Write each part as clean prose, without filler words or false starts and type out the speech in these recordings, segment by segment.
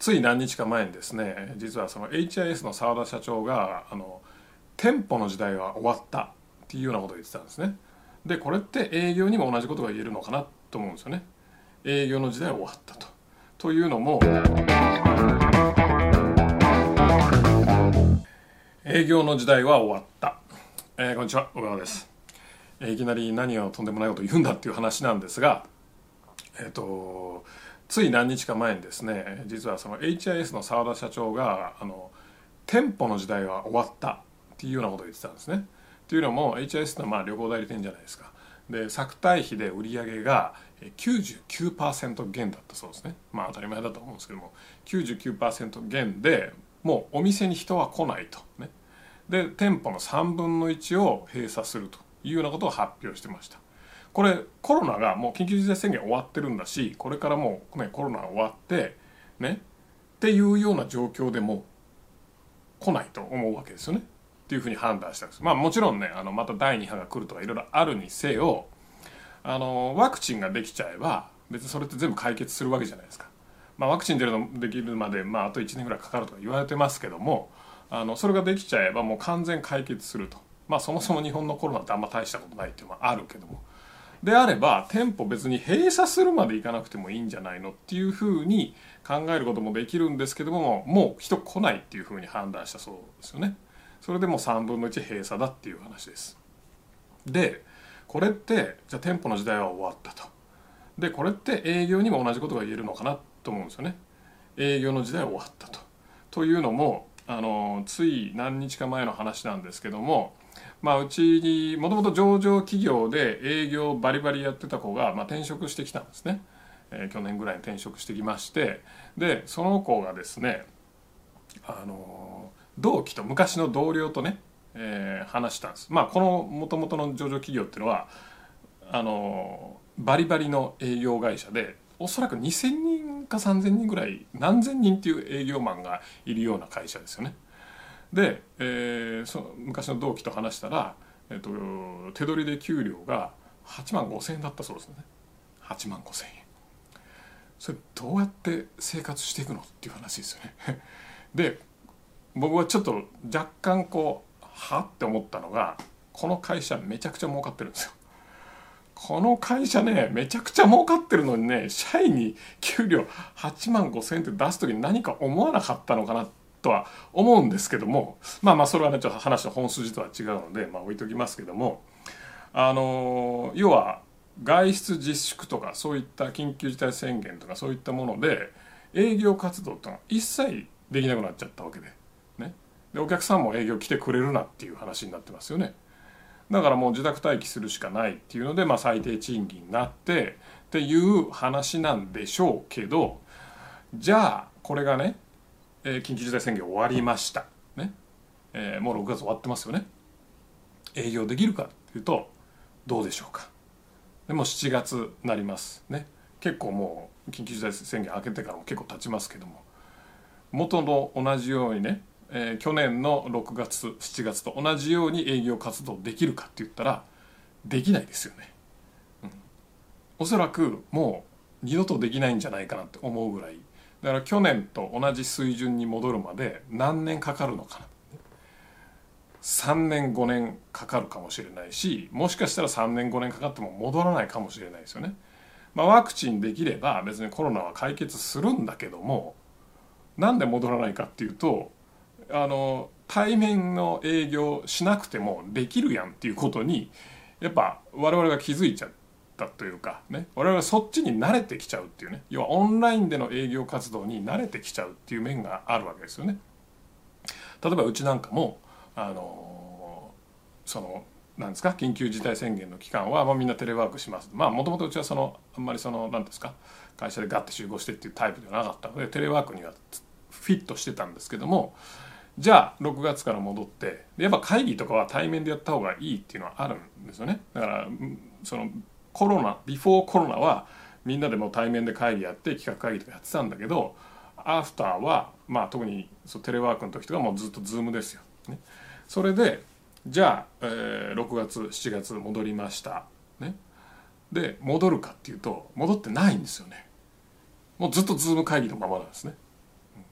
つい何日か前にですね、実はその HIS の澤田社長が店舗の時代は終わったっていうようなことを言ってたんですね。でこれって営業にも同じことが言えるのかなと思うんですよね。営業の時代は終わったというのも、営業の時代は終わった。こんにちは、小川です。いきなり何をとんでもないことを言うんだっていう話なんですが、つい何日か前にですね、実はその HIS の澤田社長が店舗の時代は終わったっていうようなことを言ってたんですね。というのも HIS の旅行代理店じゃないですか。で昨対比で売上が 99% 減だったそうですね。当たり前だと思うんですけども 99% 減で、もうお店に人は来ないとね。で店舗の3分の1を閉鎖するというようなことを発表してました。これコロナがもう緊急事態宣言終わってるんだし、これからもう、コロナが終わってねっていうような状況でも来ないと思うわけですよねっていうふうに判断したんです。もちろんね、また第2波が来るとかいろいろあるにせよ、ワクチンができちゃえば別にそれって全部解決するわけじゃないですか。ワクチンできるまで、あと1年ぐらいかかるとか言われてますけども、それができちゃえばもう完全解決すると。そもそも日本のコロナってあんま大したことないっていうのはあるけども、であれば店舗別に閉鎖するまでいかなくてもいいんじゃないのっていうふうに考えることもできるんですけども、もう人来ないっていうふうに判断したそうですよね。それでもう3分の1閉鎖だっていう話です。でこれってじゃあ店舗の時代は終わったと。でこれって営業にも同じことが言えるのかなと思うんですよね。営業の時代は終わったというのも、つい何日か前の話なんですけども、うちにもともと上場企業で営業バリバリやってた子が、転職してきたんですね。去年ぐらいに転職してきまして、でその子がですね、同期と昔の同僚とね、話したんです。このもともとの上場企業っていうのはバリバリの営業会社で、おそらく2000人か3000人ぐらい、何千人っていう営業マンがいるような会社ですよね。で、その昔の同期と話したら、手取りで給料が8万5千円だったそうですね。8万5千円。それどうやって生活していくのっていう話ですよね。で僕はちょっと若干はって思ったのが、この会社めちゃくちゃ儲かってるんですよ。この会社ね、めちゃくちゃ儲かってるのにね、社員に給料8万5千円って出す時に何か思わなかったのかなとは思うんですけども、それはねちょっと話の本筋とは違うので、置いときますけども、要は外出自粛とかそういった緊急事態宣言とかそういったもので営業活動ってのは一切できなくなっちゃったわけでね。でお客さんも営業来てくれるなっていう話になってますよね。だからもう自宅待機するしかないっていうので、最低賃金になってっていう話なんでしょうけど、じゃあこれがね、緊急事態宣言終わりましたね、もう6月終わってますよね。営業できるかっていうとどうでしょうか。でも7月になりますね。結構もう緊急事態宣言明けてからも結構経ちますけども、元の同じようにね、去年の6月7月と同じように営業活動できるかって言ったらできないですよね。おそらくもう二度とできないんじゃないかなって思うぐらい。だから去年と同じ水準に戻るまで何年かかるのかな。3年5年かかるかもしれないし、もしかしたら3年5年かかっても戻らないかもしれないですよね。ワクチンできれば別にコロナは解決するんだけども、なんで戻らないかっていうと、対面の営業しなくてもできるやんっていうことにやっぱ我々が気づいちゃったというかね、我々はそっちに慣れてきちゃうっていうね、要はオンラインでの営業活動に慣れてきちゃうっていう面があるわけですよね。例えばうちなんかもなんですか、緊急事態宣言の期間はみんなテレワークします。もともとうちはあんまり何ですか、会社でガッて集合してっていうタイプではなかったのでテレワークにはフィットしてたんですけども、じゃあ6月から戻って、やっぱ会議とかは対面でやった方がいいっていうのはあるんですよね。だからコロナビフォーコロナはみんなでも対面で会議やって企画会議とかやってたんだけど、アフターは特にテレワークの時とかもずっとズームですよ、ね。それでじゃあ、6月7月戻りましたね。で戻るかっていうと戻ってないんですよね。もうずっとズーム会議のままなんですね。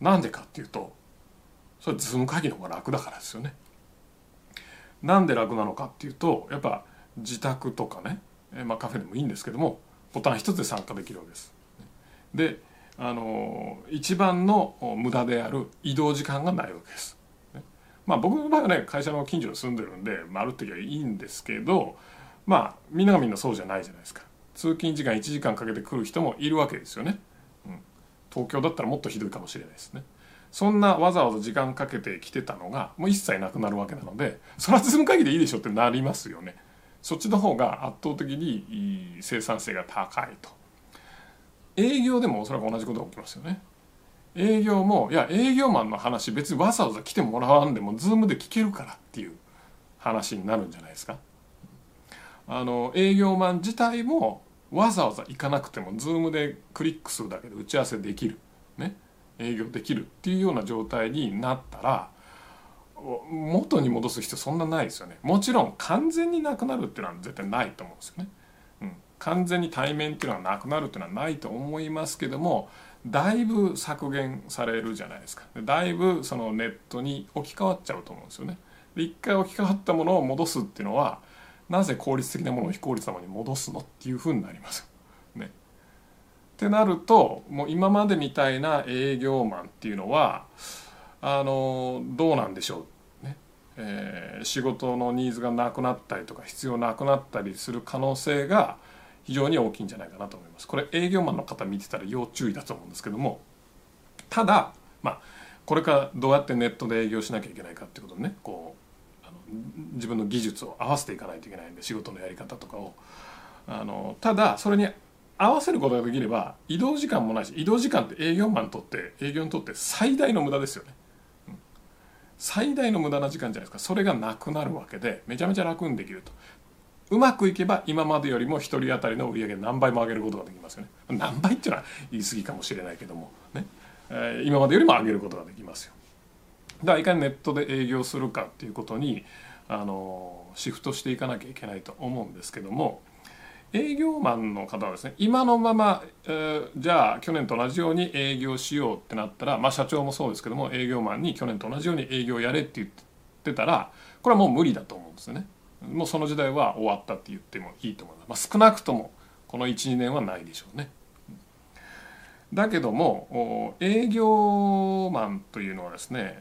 なんでかっていうと、それズーム会議の方が楽だからですよね。なんで楽なのかっていうと、やっぱ自宅とかね、カフェでもいいんですけども、ボタン一つで参加できるわけです。で、一番の無駄である移動時間がないわけです。僕の場合はね、会社の近所に住んでるんで、ある時はいいんですけど、みんながみんなそうじゃないじゃないですか。通勤時間1時間かけて来る人もいるわけですよね。東京だったらもっとひどいかもしれないですね。そんなわざわざ時間かけて来てたのがもう一切なくなるわけなので、それはズーム会議でいいでしょってなりますよね。そっちの方が圧倒的に生産性が高いと。営業でもおそらく同じことが起きますよね。営業も、いや営業マンの話別にわざわざ来てもらわんでもズームで聞けるからっていう話になるんじゃないですか。営業マン自体もわざわざ行かなくてもズームでクリックするだけで打ち合わせできる、ね、営業できるっていうような状態になったら、元に戻す必要そんなないですよね。もちろん完全になくなるっていうのは絶対ないと思うんですよね。完全に対面っていうのはなくなるっていうのはないと思いますけども、だいぶ削減されるじゃないですか。だいぶそのネットに置き換わっちゃうと思うんですよね。で、一回置き換わったものを戻すっていうのは、なぜ効率的なものを非効率なものに戻すのっていうふうになりますね。ってなると、もう今までみたいな営業マンっていうのはどうなんでしょうね。仕事のニーズがなくなったりとか必要なくなったりする可能性が非常に大きいんじゃないかなと思います。これ営業マンの方見てたら要注意だと思うんですけども、ただこれからどうやってネットで営業しなきゃいけないかっていうことをね、自分の技術を合わせていかないといけないんで、仕事のやり方とかをただそれに合わせることができれば移動時間もないし、移動時間って営業にとって最大の無駄ですよね。最大の無駄な時間じゃないですか。それがなくなるわけで、めちゃめちゃ楽にできると。うまくいけば今までよりも一人当たりの売り上げ何倍も上げることができますよね。何倍っていうのは言い過ぎかもしれないけどもね、今までよりも上げることができますよ。だからいかにネットで営業するかっていうことにシフトしていかなきゃいけないと思うんですけども、営業マンの方はですね、今のまま、じゃあ去年と同じように営業しようってなったら、社長もそうですけども、営業マンに去年と同じように営業やれって言ってたら、これはもう無理だと思うんですよね。もうその時代は終わったって言ってもいいと思います。少なくともこの 1,2 年はないでしょうね。だけども営業マンというのはですね、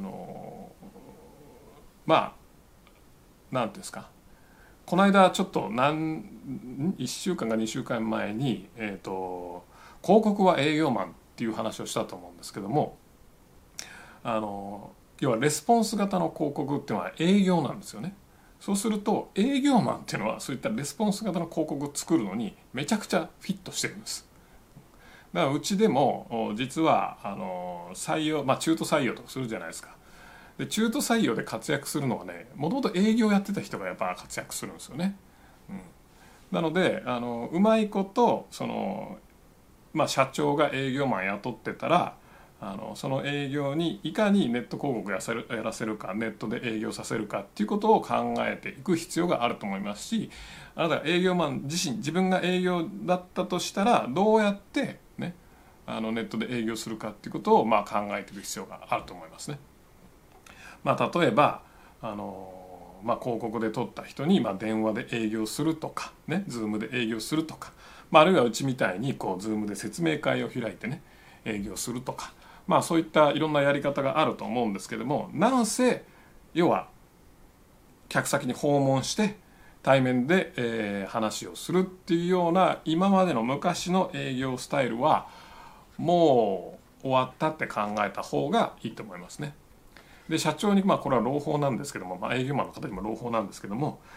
なんていうんですか、この間ちょっと1週間か2週間前に、広告は営業マンっていう話をしたと思うんですけども、要はレスポンス型の広告っていうのは営業なんですよね。そうすると営業マンっていうのはそういったレスポンス型の広告を作るのにめちゃくちゃフィットしてるんです。だからうちでも実は採用、中途採用とかするじゃないですか。で中途採用で活躍するのはね、もともと営業やってた人がやっぱ活躍するんですよね。なのでうまいこと社長が営業マン雇ってたらその営業にいかにネット広告やらせるか、ネットで営業させるかっていうことを考えていく必要があると思いますし、あなたが営業マン自分が営業だったとしたらどうやってねネットで営業するかっていうことを考えていく必要があると思いますね。例えば広告で取った人に電話で営業するとかね、ズームで営業するとか、あるいはうちみたいにズームで説明会を開いてね営業するとか、そういったいろんなやり方があると思うんですけども、なんせ要は客先に訪問して対面で、話をするっていうような今までの昔の営業スタイルはもう終わったって考えた方がいいと思いますね。で社長にこれは朗報なんですけども、営業マンの方にも朗報なんですけども、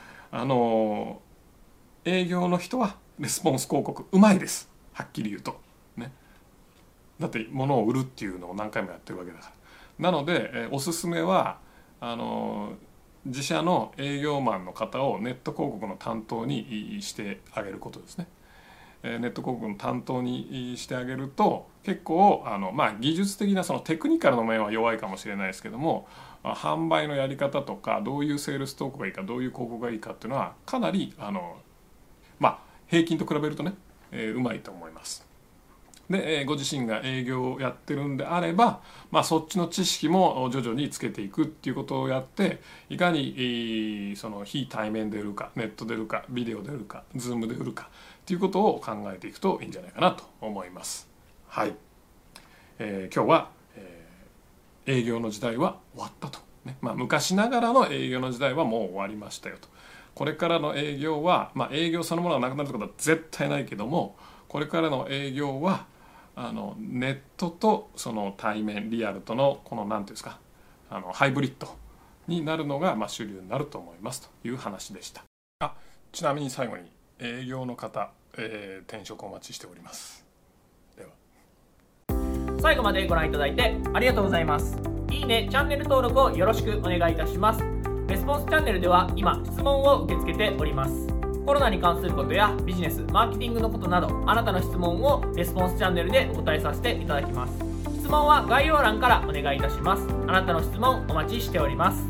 営業の人はレスポンス広告うまいです、はっきり言うとね。だって物を売るっていうのを何回もやってるわけだから。なので、おすすめは自社の営業マンの方をネット広告の担当にしてあげることですね。ネット広告の担当にしてあげると結構技術的なそのテクニカルの面は弱いかもしれないですけども、販売のやり方とかどういうセールストークがいいか、どういう広告がいいかっていうのはかなり平均と比べるとね、うまいと思います。 でご自身が営業をやってるんであれば、そっちの知識も徐々につけていくっていうことをやって、いかにその非対面で売るか、ネットで売るか、ビデオで売るか、ズームで売るかっていうことを考えていくといいんじゃないかなと思います。はい、今日は、営業の時代は終わったと、ね、昔ながらの営業の時代はもう終わりましたよと。これからの営業は、営業そのものがなくなることは絶対ないけども、これからの営業はネットとその対面リアルとのこの何ていうんですか、ハイブリッドになるのが主流になると思いますという話でした。ちなみに最後に営業の方、転職お待ちしております。では最後までご覧いただいてありがとうございます。いいね、チャンネル登録をよろしくお願いいたします。レスポンスチャンネルでは今質問を受け付けております。コロナに関することやビジネス、マーケティングのことなど、あなたの質問をレスポンスチャンネルでお答えさせていただきます。質問は概要欄からお願いいたします。あなたの質問お待ちしております。